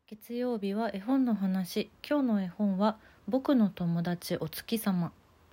月曜日は絵本の話。今日の絵本は僕の友達お月様。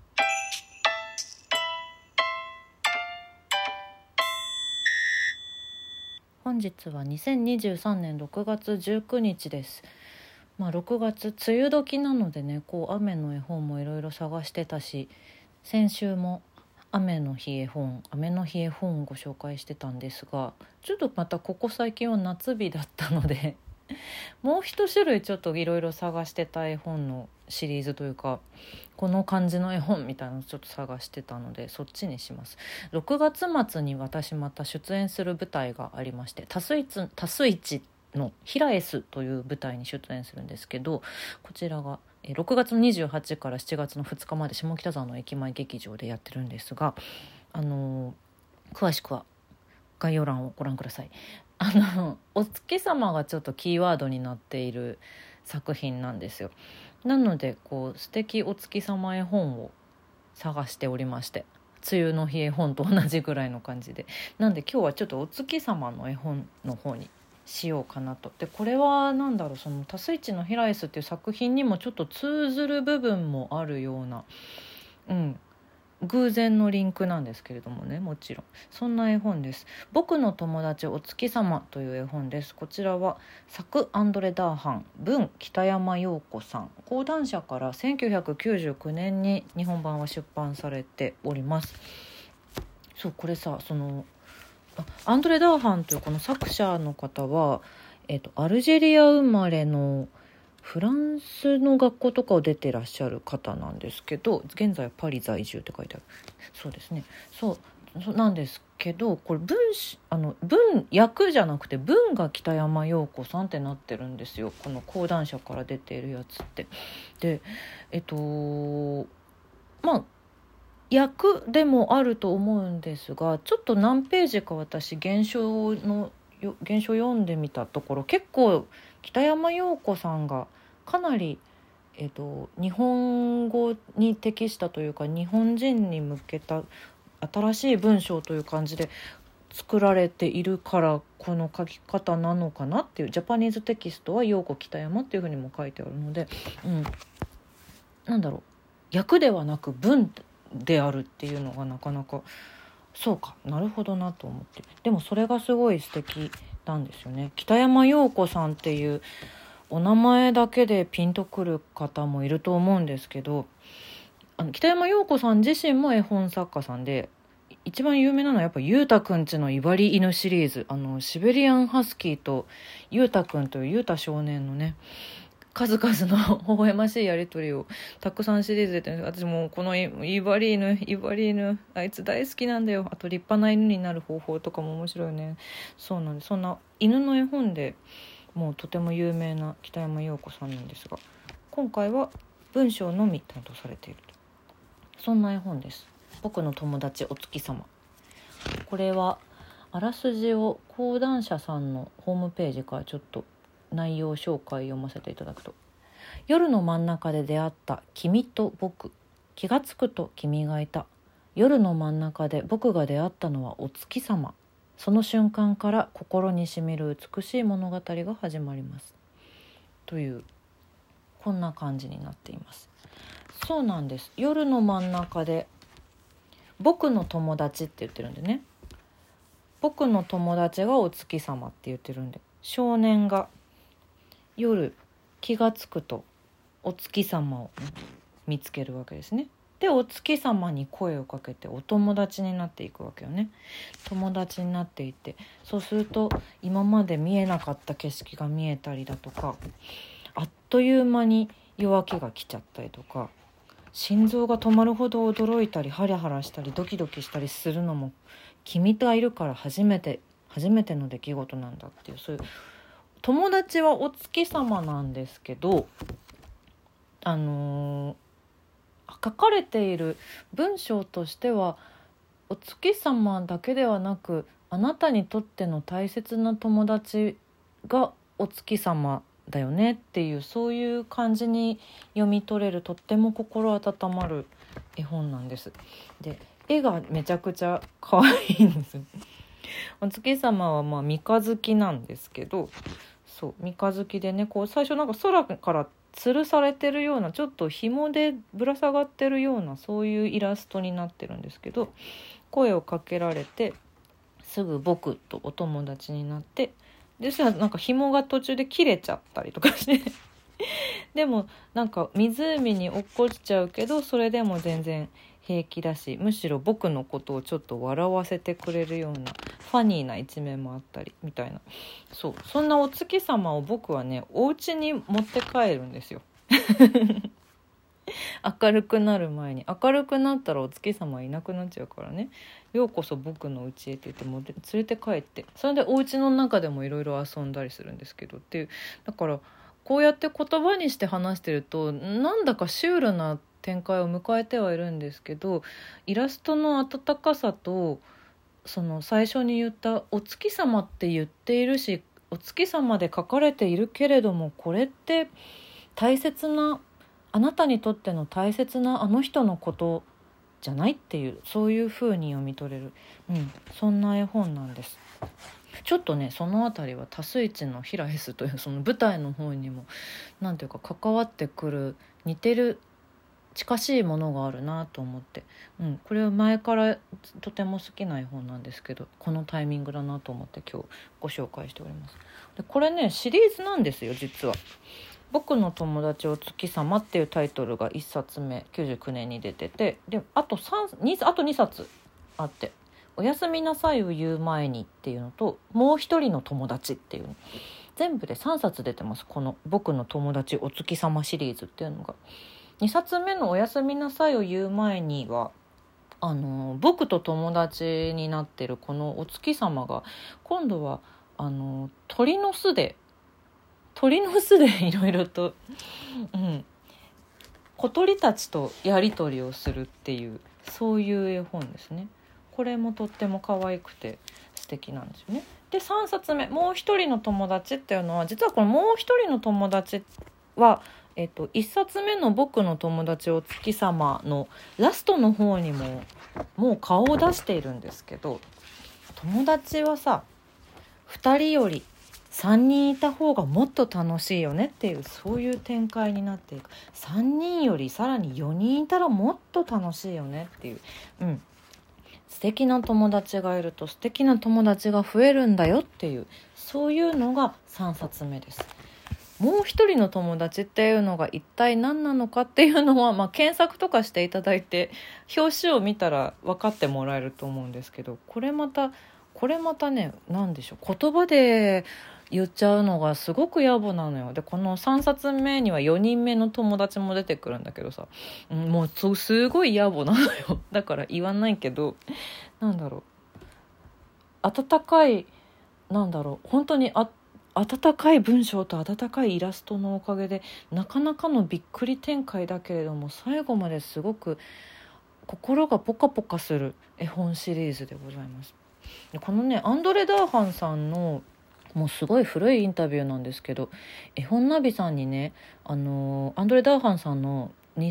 本日は2023年6月19日です。6月梅雨時なのでね、雨の絵本もいろいろ探してたし、先週も雨の日絵本をご紹介してたんですが、ちょっとまたここ最近は夏日だったのでもう一種類ちょっといろいろ探してた絵本のシリーズというか、この感じの絵本みたいなのをちょっと探してたので、そっちにします。6月末に私また出演する舞台がありまして、多数一のヒラエスという舞台に出演するんですけど、こちらが6月の28から7月の2日まで下北沢の駅前劇場でやってるんですが、詳しくは概要欄をご覧ください。お月様がちょっとキーワードになっている作品なんですよ。なので素敵お月様絵本を探しておりまして、梅雨の日絵本と同じぐらいの感じで、なんで今日はちょっとお月様の絵本の方にしようかなと。でこれはその多数一のヒラエスっていう作品にもちょっと通ずる部分もあるような、偶然のリンクなんですけれどもね、もちろんそんな絵本です。僕の友達お月様という絵本です。こちらは作アンドレ・ダーハン、文北山陽子さん、講談社から1999年に日本版は出版されております。そう、これさ、アンドレ・ダーハンというこの作者の方は、アルジェリア生まれのフランスの学校とかを出てらっしゃる方なんですけど、現在はパリ在住って書いてある。そうですね。そうなんですけど、これ文訳じゃなくて文が北山陽子さんってなってるんですよ、この講談社から出ているやつって。で訳でもあると思うんですが、ちょっと何ページか私原書読んでみたところ、結構北山陽子さんがかなり、日本語に適したというか、日本人に向けた新しい文章という感じで作られているから、この書き方なのかなっていう。ジャパニーズテキストは陽子北山っていうふうにも書いてあるので、訳ではなく文であるっていうのがなかなか、そうか、なるほどなと思って。でもそれがすごい素敵なんですよね。北山陽子さんっていうお名前だけでピンとくる方もいると思うんですけど、北山陽子さん自身も絵本作家さんで、一番有名なのはやっぱゆうたくんちの威張り犬シリーズ、シベリアンハスキーとゆうたくんというゆうた少年のね、数々の微笑ましいやり取りをたくさんシリーズで、私もこの威張り犬あいつ大好きなんだよ。あと立派な犬になる方法とかも面白いよね。そうなんです。そんな犬の絵本でもうとても有名な北山陽子さんなんですが、今回は文章のみ担当されていると、そんな絵本です。僕の友達お月様。これはあらすじを講談社さんのホームページからちょっと内容紹介を読ませていただくと、夜の真ん中で出会った君と僕、気がつくと君がいた。夜の真ん中で僕が出会ったのはお月様。その瞬間から心にしみる美しい物語が始まります、という、こんな感じになっています。そうなんです。夜の真ん中で僕の友達って言ってるんでね、僕の友達がお月様って言ってるんで、少年が夜気がつくとお月様を見つけるわけですね。でお月様に声をかけてお友達になっていくわけよね。友達になっていって、そうすると今まで見えなかった景色が見えたりだとか、あっという間に夜明けが来ちゃったりとか、心臓が止まるほど驚いたりハラハラしたりドキドキしたりするのも君といるから初めての出来事なんだっていう、そういう友達はお月様なんですけど、書かれている文章としてはお月様だけではなく、あなたにとっての大切な友達がお月様だよねっていう、そういう感じに読み取れる、とっても心温まる絵本なんです。で絵がめちゃくちゃ可愛いんです。お月様は三日月なんですけど、 そう三日月でね、こう最初なんか空から吊るされてるような、ちょっと紐でぶら下がってるような、そういうイラストになってるんですけど、声をかけられてすぐ僕とお友達になって、でさ、なんか紐が途中で切れちゃったりとかしてでもなんか湖に落っこちちゃうけど、それでも全然平気だし、むしろ僕のことをちょっと笑わせてくれるようなファニーな一面もあったりみたいな、そんなお月様を僕はね、お家に持って帰るんですよ明るくなる前に。明るくなったらお月様いなくなっちゃうからね、ようこそ僕の家へって言っても連れて帰って、それでお家の中でもいろいろ遊んだりするんですけどっていう。だからこうやって言葉にして話してると、なんだかシュールな展開を迎えてはいるんですけど、イラストの温かさと、その最初に言ったお月様って言っているし、お月様で書かれているけれども、これって大切な、あなたにとっての大切なあの人のことじゃないっていう、そういう風に読み取れる、そんな絵本なんです。ちょっとね、そのあたりは多数一のヒラヘスというその舞台の方にもなんていうか関わってくる、似てる近しいものがあるなと思って、これは前からとても好きな絵本なんですけど、このタイミングだなと思って今日ご紹介しております。でこれね、シリーズなんですよ実は。僕の友達お月様っていうタイトルが1冊目99年に出てて、であと2冊あって、おやすみなさいを言う前にっていうのと、もう一人の友達っていう、全部で3冊出てます。この僕の友達お月様シリーズっていうのが。2冊目のおやすみなさいを言う前には僕と友達になってるこのお月様が、今度は鳥の巣でいろいろと、小鳥たちとやり取りをするっていう、そういう絵本ですね。これもとっても可愛くて素敵なんですよね。で3冊目もう一人の友達っていうのは、実はこのもう一人の友達は1冊目の僕の友達お月様のラストの方にもう顔を出しているんですけど、友達はさ2人より3人いた方がもっと楽しいよねっていう、そういう展開になっていく。3人よりさらに4人いたらもっと楽しいよねっていう、素敵な友達がいると素敵な友達が増えるんだよっていう、そういうのが3冊目です。もう一人の友達っていうのが一体何なのかっていうのは、検索とかしていただいて表紙を見たら分かってもらえると思うんですけど、これまたね、何でしょう、言葉で言っちゃうのがすごく野暮なのよ。でこの3冊目には4人目の友達も出てくるんだけどさ、もうすごい野暮なのよ。だから言わないけど、なんだろう、温かい、本当に温かい文章と温かいイラストのおかげで、なかなかのびっくり展開だけれども、最後まですごく心がポカポカする絵本シリーズでございます。でこのね、アンドレ・ダーハンさんのもうすごい古いインタビューなんですけど、絵本ナビさんにね、アンドレ・ダーハンさんの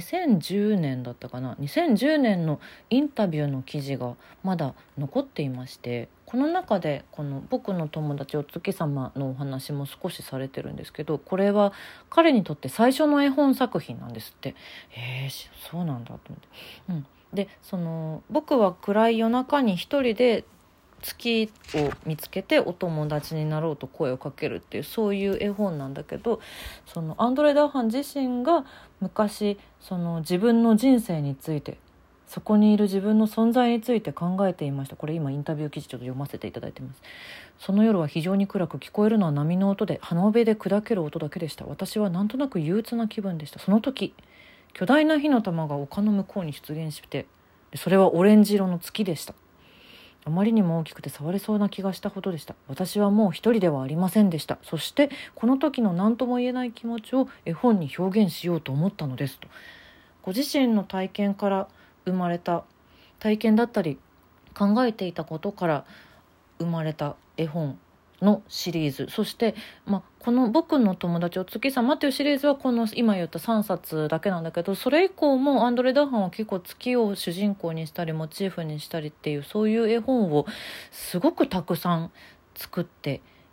2010年だったかな、2010年のインタビューの記事がまだ残っていまして、この中でこの僕の友達お月様のお話も少しされてるんですけど、これは彼にとって最初の絵本作品なんですって。そうなんだと思って、で僕は暗い夜中に一人で月を見つけてお友達になろうと声をかけるっていう、そういう絵本なんだけど、そのアンドレ・ダーハン自身が昔自分の人生について、そこにいる自分の存在について考えていました。これ今インタビュー記事ちょっと読ませていただいてます。その夜は非常に暗く、聞こえるのは波の音で浜辺で砕ける音だけでした。私はなんとなく憂鬱な気分でした。その時巨大な火の玉が丘の向こうに出現して、それはオレンジ色の月でした。あまりにも大きくて触れそうな気がしたほどでした。私はもう一人ではありませんでした。そしてこの時の何とも言えない気持ちを絵本に表現しようと思ったのですと。ご自身の体験から生まれた、体験だったり考えていたことから生まれた絵本のシリーズ。そして、この僕の友達お月様っていうシリーズはこの今言った3冊だけなんだけど、それ以降もアンドレ・ダーハンは結構月を主人公にしたりモチーフにしたりっていう、そういう絵本をすごくたくさん作って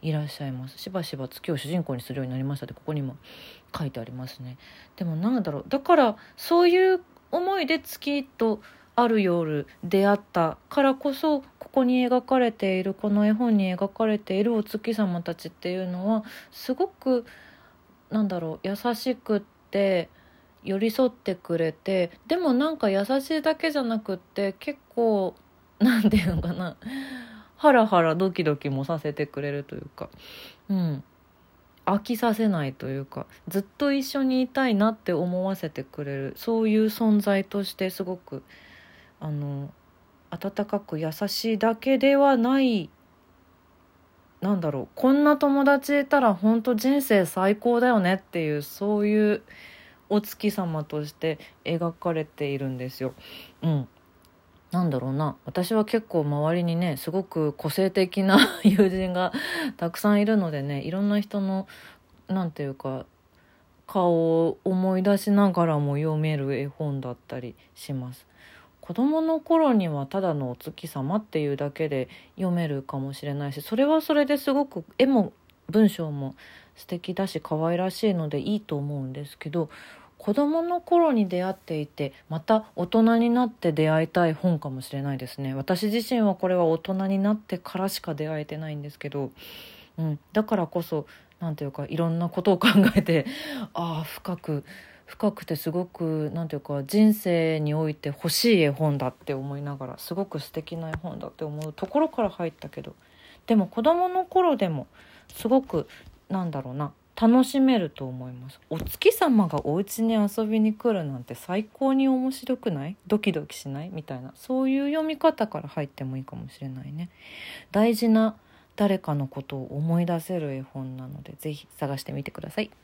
いらっしゃいます。しばしば月を主人公にするようになりましたってここにも書いてありますね。でもなんだろう、だからそういう思いで月とある夜出会ったからこそ、ここに描かれている、この絵本に描かれているお月様たちっていうのはすごくなんだろう、優しくって寄り添ってくれて、でもなんか優しいだけじゃなくって結構なんていうのかな、ハラハラドキドキもさせてくれるというか、飽きさせないというか、ずっと一緒にいたいなって思わせてくれる、そういう存在としてすごく温かく優しいだけではない、なんだろう、こんな友達いたら本当人生最高だよねっていう、そういうお月様として描かれているんですよ。なんだろうな、私は結構周りにねすごく個性的な友人がたくさんいるのでね、いろんな人のなんていうか顔を思い出しながらも読める絵本だったりします。子供の頃にはただのお月様っていうだけで読めるかもしれないし、それはそれですごく絵も文章も素敵だし可愛らしいのでいいと思うんですけど、子供の頃に出会っていてまた大人になって出会いたい本かもしれないですね。私自身はこれは大人になってからしか出会えてないんですけど、だからこそなんていうかいろんなことを考えて深くてすごくなんていうか人生において欲しい絵本だって思いながら、すごく素敵な絵本だって思うところから入ったけど、でも子供の頃でもすごくなんだろうな、楽しめると思います。お月様がお家に遊びに来るなんて最高に面白くない？ドキドキしない？みたいな、そういう読み方から入ってもいいかもしれないね。大事な誰かのことを思い出せる絵本なので、ぜひ探してみてください。